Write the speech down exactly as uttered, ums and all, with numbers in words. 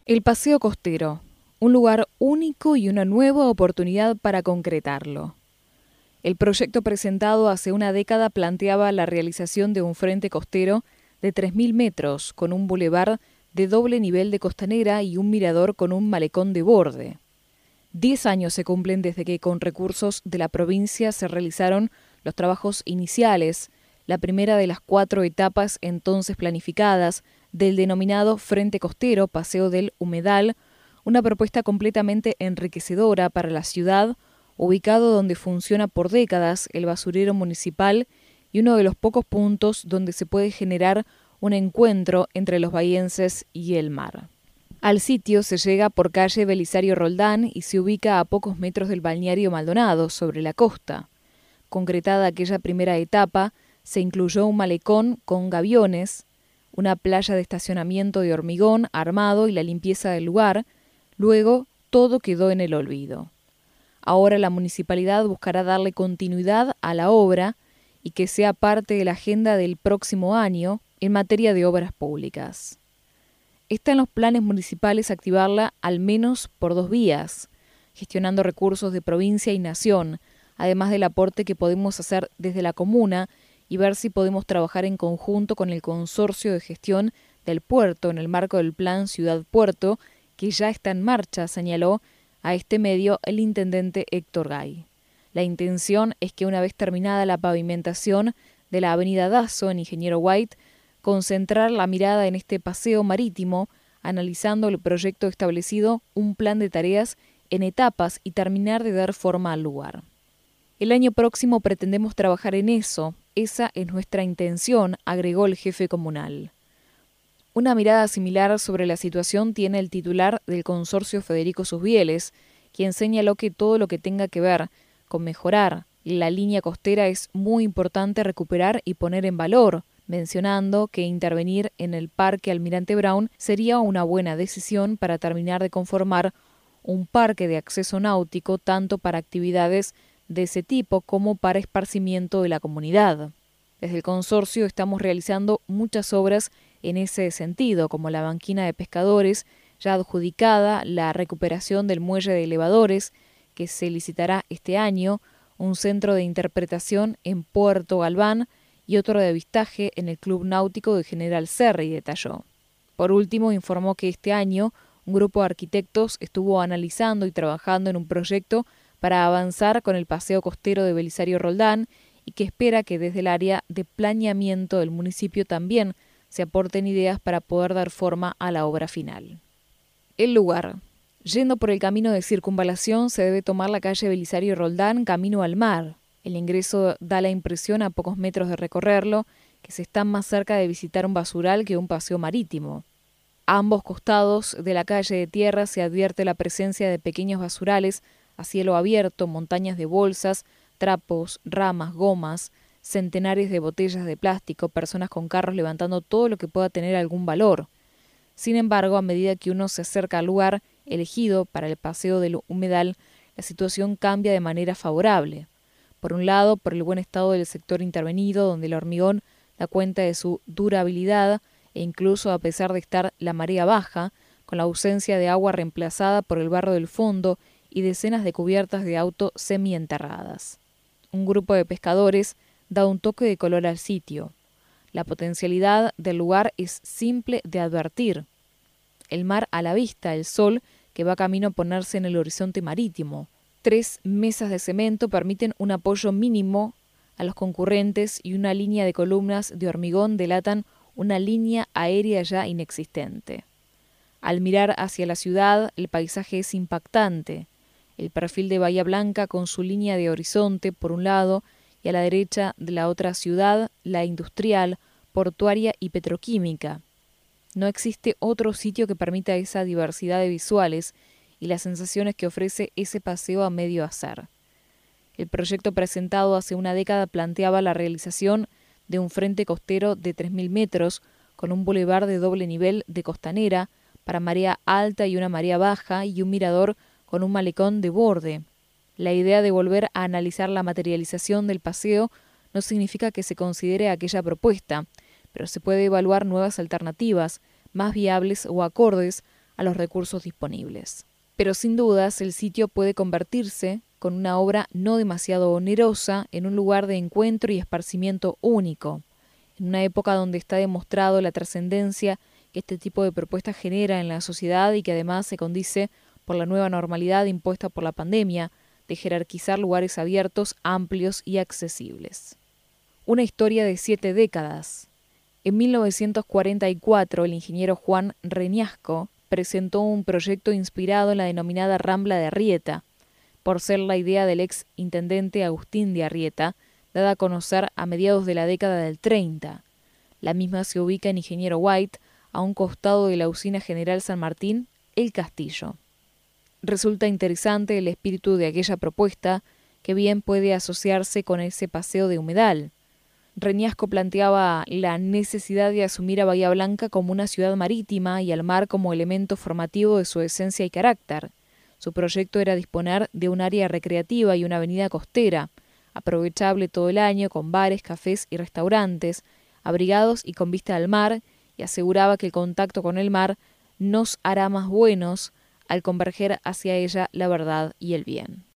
El paseo costero, un lugar único y una nueva oportunidad para concretarlo. El proyecto presentado hace una década planteaba la realización de un frente costero de tres mil metros, con un bulevar de doble nivel de costanera y un mirador con un malecón de borde. Diez años se cumplen desde que con recursos de la provincia se realizaron los trabajos iniciales, la primera de las cuatro etapas entonces planificadas del denominado Frente Costero Paseo del Humedal, una propuesta completamente enriquecedora para la ciudad, ubicado donde funciona por décadas el basurero municipal y uno de los pocos puntos donde se puede generar un encuentro entre los bahienses y el mar. Al sitio se llega por calle Belisario Roldán y se ubica a pocos metros del balneario Maldonado, sobre la costa. Concretada aquella primera etapa, se incluyó un malecón con gaviones, una playa de estacionamiento de hormigón armado y la limpieza del lugar. Luego, todo quedó en el olvido. Ahora la municipalidad buscará darle continuidad a la obra y que sea parte de la agenda del próximo año en materia de obras públicas. Está en los planes municipales activarla al menos por dos vías, gestionando recursos de provincia y nación, además del aporte que podemos hacer desde la comuna y ver si podemos trabajar en conjunto con el consorcio de gestión del puerto en el marco del Plan Ciudad Puerto, que ya está en marcha, señaló a este medio el intendente Héctor Gay. La intención es que una vez terminada la pavimentación de la avenida Dazo en Ingeniero White, concentrar la mirada en este paseo marítimo, analizando el proyecto establecido, un plan de tareas en etapas y terminar de dar forma al lugar. El año próximo pretendemos trabajar en eso, esa es nuestra intención, agregó el jefe comunal. Una mirada similar sobre la situación tiene el titular del consorcio Federico Susbieles, quien señaló que todo lo que tenga que ver con mejorar la línea costera es muy importante recuperar y poner en valor, mencionando que intervenir en el Parque Almirante Brown sería una buena decisión para terminar de conformar un parque de acceso náutico tanto para actividades de ese tipo como para esparcimiento de la comunidad. Desde el consorcio estamos realizando muchas obras en ese sentido, como la banquina de pescadores ya adjudicada, la recuperación del muelle de elevadores que se licitará este año, un centro de interpretación en Puerto Galván y otro de avistaje en el Club Náutico de General Serri, detalló. Por último, informó que este año un grupo de arquitectos estuvo analizando y trabajando en un proyecto para avanzar con el paseo costero de Belisario Roldán y que espera que desde el área de planeamiento del municipio también se aporten ideas para poder dar forma a la obra final. El lugar. Yendo por el camino de circunvalación se debe tomar la calle Belisario Roldán camino al mar. El ingreso da la impresión a pocos metros de recorrerlo que se está más cerca de visitar un basural que un paseo marítimo. A ambos costados de la calle de tierra se advierte la presencia de pequeños basurales a cielo abierto, montañas de bolsas, trapos, ramas, gomas, centenares de botellas de plástico, personas con carros levantando todo lo que pueda tener algún valor. Sin embargo, a medida que uno se acerca al lugar elegido para el paseo del humedal, la situación cambia de manera favorable. Por un lado, por el buen estado del sector intervenido, donde el hormigón da cuenta de su durabilidad e incluso a pesar de estar la marea baja, con la ausencia de agua reemplazada por el barro del fondo y decenas de cubiertas de auto semienterradas. Un grupo de pescadores da un toque de color al sitio. La potencialidad del lugar es simple de advertir. El mar a la vista, el sol que va camino a ponerse en el horizonte marítimo. Tres mesas de cemento permiten un apoyo mínimo a los concurrentes y una línea de columnas de hormigón delatan una línea aérea ya inexistente. Al mirar hacia la ciudad, el paisaje es impactante. El perfil de Bahía Blanca con su línea de horizonte por un lado y a la derecha de la otra ciudad, la industrial, portuaria y petroquímica. No existe otro sitio que permita esa diversidad de visuales y las sensaciones que ofrece ese paseo a medio hacer. El proyecto presentado hace una década planteaba la realización de un frente costero de tres mil metros con un bulevar de doble nivel de costanera para marea alta y una marea baja y un mirador con un malecón de borde. La idea de volver a analizar la materialización del paseo no significa que se considere aquella propuesta, pero se puede evaluar nuevas alternativas, más viables o acordes a los recursos disponibles. Pero sin dudas el sitio puede convertirse, con una obra no demasiado onerosa, en un lugar de encuentro y esparcimiento único, en una época donde está demostrado la trascendencia que este tipo de propuestas genera en la sociedad y que además se condice por la nueva normalidad impuesta por la pandemia, de jerarquizar lugares abiertos, amplios y accesibles. Una historia de siete décadas. En mil novecientos cuarenta y cuatro, el ingeniero Juan Reñasco presentó un proyecto inspirado en la denominada Rambla de Arrieta, por ser la idea del ex intendente Agustín de Arrieta, dada a conocer a mediados de la década del treinta. La misma se ubica en Ingeniero White, a un costado de la usina General San Martín, El Castillo. Resulta interesante el espíritu de aquella propuesta, que bien puede asociarse con ese paseo de humedal. Reñasco planteaba la necesidad de asumir a Bahía Blanca como una ciudad marítima y al mar como elemento formativo de su esencia y carácter. Su proyecto era disponer de un área recreativa y una avenida costera, aprovechable todo el año con bares, cafés y restaurantes, abrigados y con vista al mar, y aseguraba que el contacto con el mar nos hará más buenos al converger hacia ella la verdad y el bien.